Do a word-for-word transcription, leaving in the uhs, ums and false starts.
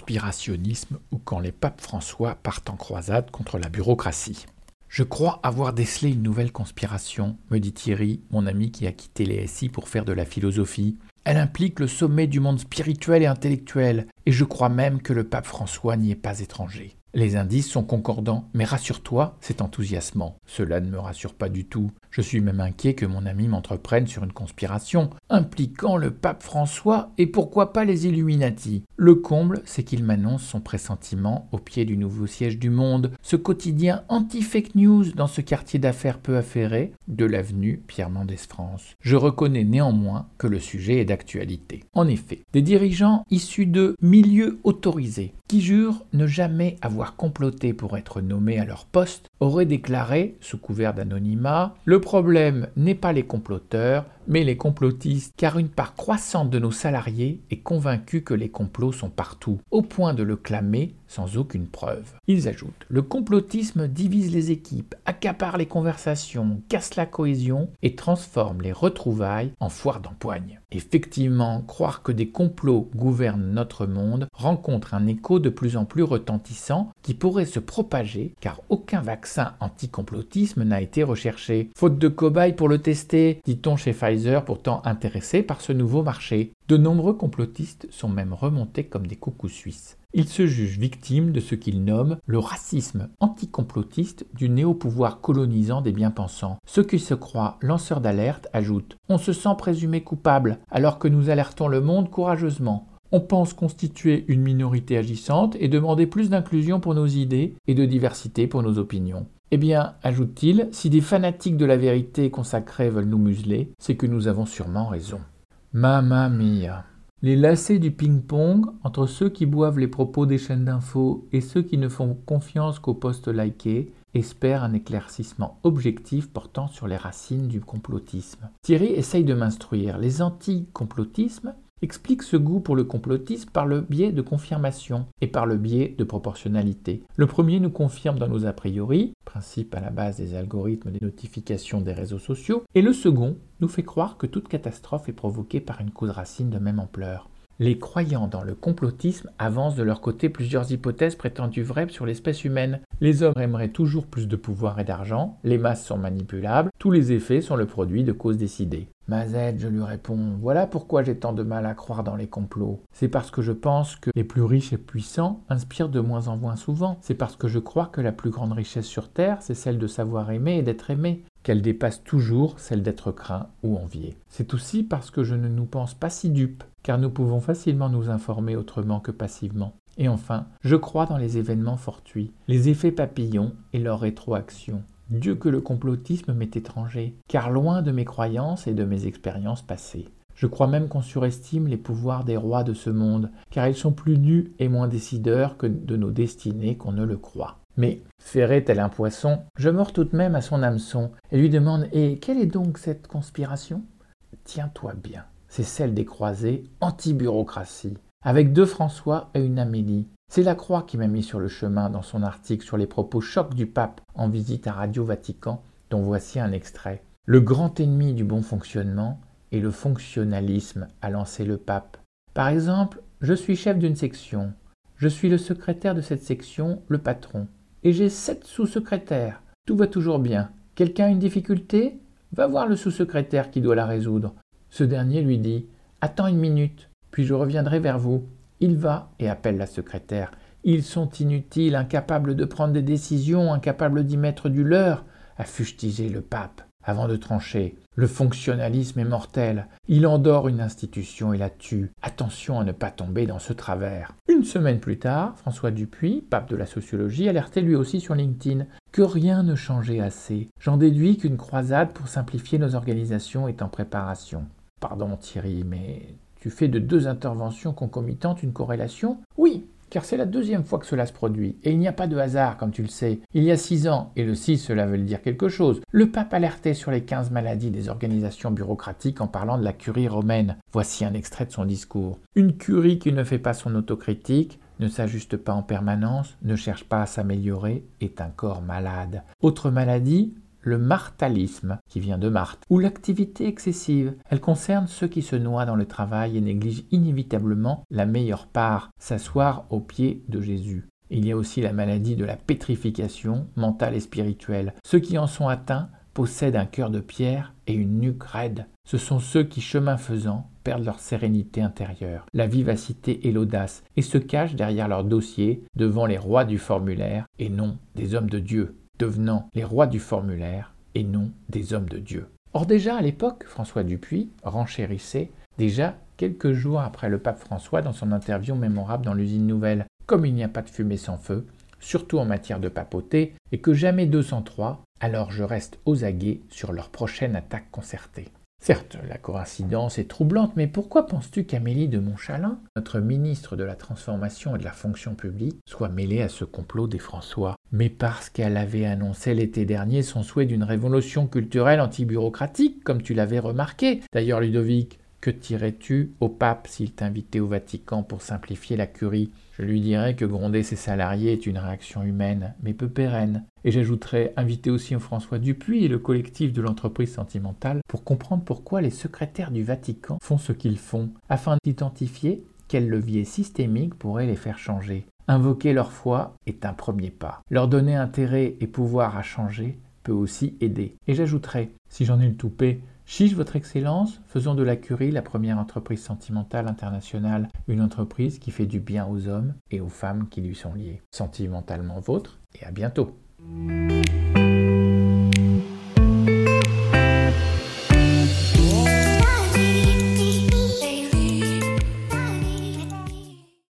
conspirationnisme ou quand les papes François partent en croisade contre la bureaucratie. Je crois avoir décelé une nouvelle conspiration, me dit Thierry, mon ami qui a quitté les S I pour faire de la philosophie. Elle implique le sommet du monde spirituel et intellectuel, et je crois même que le pape François n'y est pas étranger. Les indices sont concordants, mais rassure-toi, c'est enthousiasmant. Cela ne me rassure pas du tout. Je suis même inquiet que mon ami m'entreprenne sur une conspiration impliquant le pape François et pourquoi pas les Illuminati. Le comble, c'est qu'il m'annonce son pressentiment au pied du nouveau siège du Monde, ce quotidien anti-fake news dans ce quartier d'affaires peu affairé de l'avenue Pierre Mendès France. Je reconnais néanmoins que le sujet est d'actualité. En effet, des dirigeants issus de milieux autorisés qui jurent ne jamais avoir comploté pour être nommés à leur poste auraient déclaré, sous couvert d'anonymat, « Le problème n'est pas les comploteurs, mais les complotistes, car une part croissante de nos salariés est convaincue que les complots sont partout, au point de le clamer sans aucune preuve. » Ils ajoutent « Le complotisme divise les équipes, accapare les conversations, casse la cohésion et transforme les retrouvailles en foire d'empoigne. » Effectivement, croire que des complots gouvernent notre monde rencontre un écho de plus en plus retentissant qui pourrait se propager car aucun vaccin anti-complotisme n'a été recherché. Faute de cobayes pour le tester, dit-on chez Pfizer, pourtant intéressé par ce nouveau marché. De nombreux complotistes sont même remontés comme des coucous suisses. Ils se jugent victimes de ce qu'ils nomment le racisme anticomplotiste du néo-pouvoir colonisant des bien-pensants. Ceux qui se croient lanceurs d'alerte ajoutent « On se sent présumé coupable alors que nous alertons le monde courageusement. On pense constituer une minorité agissante et demander plus d'inclusion pour nos idées et de diversité pour nos opinions. » Eh bien, ajoute-t-il, si des fanatiques de la vérité consacrée veulent nous museler, c'est que nous avons sûrement raison. Mamma mia! Les lacets du ping-pong entre ceux qui boivent les propos des chaînes d'infos et ceux qui ne font confiance qu'aux posts likés espèrent un éclaircissement objectif portant sur les racines du complotisme. Thierry essaye de m'instruire. Les anti-complotismes explique ce goût pour le complotisme par le biais de confirmation et par le biais de proportionnalité. Le premier nous confirme dans nos a priori, principe à la base des algorithmes des notifications des réseaux sociaux, et le second nous fait croire que toute catastrophe est provoquée par une cause racine de même ampleur. Les croyants dans le complotisme avancent de leur côté plusieurs hypothèses prétendues vraies sur l'espèce humaine. Les hommes aimeraient toujours plus de pouvoir et d'argent, les masses sont manipulables, tous les effets sont le produit de causes décidées. Mazette, je lui réponds, voilà pourquoi j'ai tant de mal à croire dans les complots. C'est parce que je pense que les plus riches et puissants inspirent de moins en moins souvent. C'est parce que je crois que la plus grande richesse sur Terre, c'est celle de savoir aimer et d'être aimé, qu'elle dépasse toujours celle d'être craint ou envié. C'est aussi parce que je ne nous pense pas si dupes, car nous pouvons facilement nous informer autrement que passivement. Et enfin, je crois dans les événements fortuits, les effets papillons et leur rétroaction. Dieu que le complotisme m'est étranger, car loin de mes croyances et de mes expériences passées. Je crois même qu'on surestime les pouvoirs des rois de ce monde, car ils sont plus nus et moins décideurs que de nos destinées qu'on ne le croit. Mais, ferré tel un poisson, je mords tout de même à son hameçon et lui demande « Et quelle est donc cette conspiration ?» Tiens-toi bien, c'est celle des croisés anti-bureaucratie, avec deux François et une Amélie. C'est la Croix qui m'a mis sur le chemin dans son article sur les propos chocs du pape en visite à Radio Vatican, dont voici un extrait. « Le grand ennemi du bon fonctionnement est le fonctionnalisme », a lancé le pape. Par exemple, je suis chef d'une section. Je suis le secrétaire de cette section, le patron. Et j'ai sept sous-secrétaires. Tout va toujours bien. Quelqu'un a une difficulté ? Va voir le sous-secrétaire qui doit la résoudre. Ce dernier lui dit « Attends une minute, puis je reviendrai vers vous. » Il va et appelle la secrétaire. Ils sont inutiles, incapables de prendre des décisions, incapables d'y mettre du leur, a fustigé le pape. Avant de trancher, le fonctionnalisme est mortel. Il endort une institution et la tue. Attention à ne pas tomber dans ce travers. Une semaine plus tard, François Dupuis, pape de la sociologie, alertait lui aussi sur LinkedIn que rien ne changeait assez. J'en déduis qu'une croisade pour simplifier nos organisations est en préparation. Pardon Thierry, mais tu fais de deux interventions concomitantes une corrélation ? Oui, car c'est la deuxième fois que cela se produit. Et il n'y a pas de hasard, comme tu le sais. Il y a six ans, et le six, cela veut dire quelque chose, le pape alertait sur les quinze maladies des organisations bureaucratiques en parlant de la curie romaine. Voici un extrait de son discours. Une curie qui ne fait pas son autocritique, ne s'ajuste pas en permanence, ne cherche pas à s'améliorer, est un corps malade. Autre maladie, le martalisme, qui vient de Marthe, ou l'activité excessive. Elle concerne ceux qui se noient dans le travail et négligent inévitablement la meilleure part, s'asseoir aux pieds de Jésus. Il y a aussi la maladie de la pétrification mentale et spirituelle. Ceux qui en sont atteints possèdent un cœur de pierre et une nuque raide. Ce sont ceux qui, chemin faisant, perdent leur sérénité intérieure, la vivacité et l'audace, et se cachent derrière leur dossier devant les rois du formulaire et non des hommes de Dieu, devenant les rois du formulaire et non des hommes de Dieu. Or déjà à l'époque, François Dupuis renchérissait déjà quelques jours après le pape François dans son interview mémorable dans l'Usine Nouvelle. Comme il n'y a pas de fumée sans feu, surtout en matière de papauté, et que jamais deux cent trois, alors je reste aux aguets sur leur prochaine attaque concertée. Certes, la coïncidence est troublante, mais pourquoi penses-tu qu'Amélie de Montchalin, notre ministre de la Transformation et de la Fonction publique, soit mêlée à ce complot des François? Mais parce qu'elle avait annoncé l'été dernier son souhait d'une révolution culturelle anti-bureaucratique, comme tu l'avais remarqué. D'ailleurs, Ludovic, que dirais-tu au pape s'il t'invitait au Vatican pour simplifier la curie? Je lui dirais que gronder ses salariés est une réaction humaine, mais peu pérenne. Et j'ajouterais inviter aussi François Dupuis et le collectif de l'entreprise sentimentale pour comprendre pourquoi les secrétaires du Vatican font ce qu'ils font, afin d'identifier quel levier systémique pourrait les faire changer. Invoquer leur foi est un premier pas. Leur donner intérêt et pouvoir à changer peut aussi aider. Et j'ajouterais, si j'en ai le toupet, chiche votre excellence, faisons de la Curie la première entreprise sentimentale internationale, une entreprise qui fait du bien aux hommes et aux femmes qui lui sont liés. Sentimentalement vôtre, et à bientôt.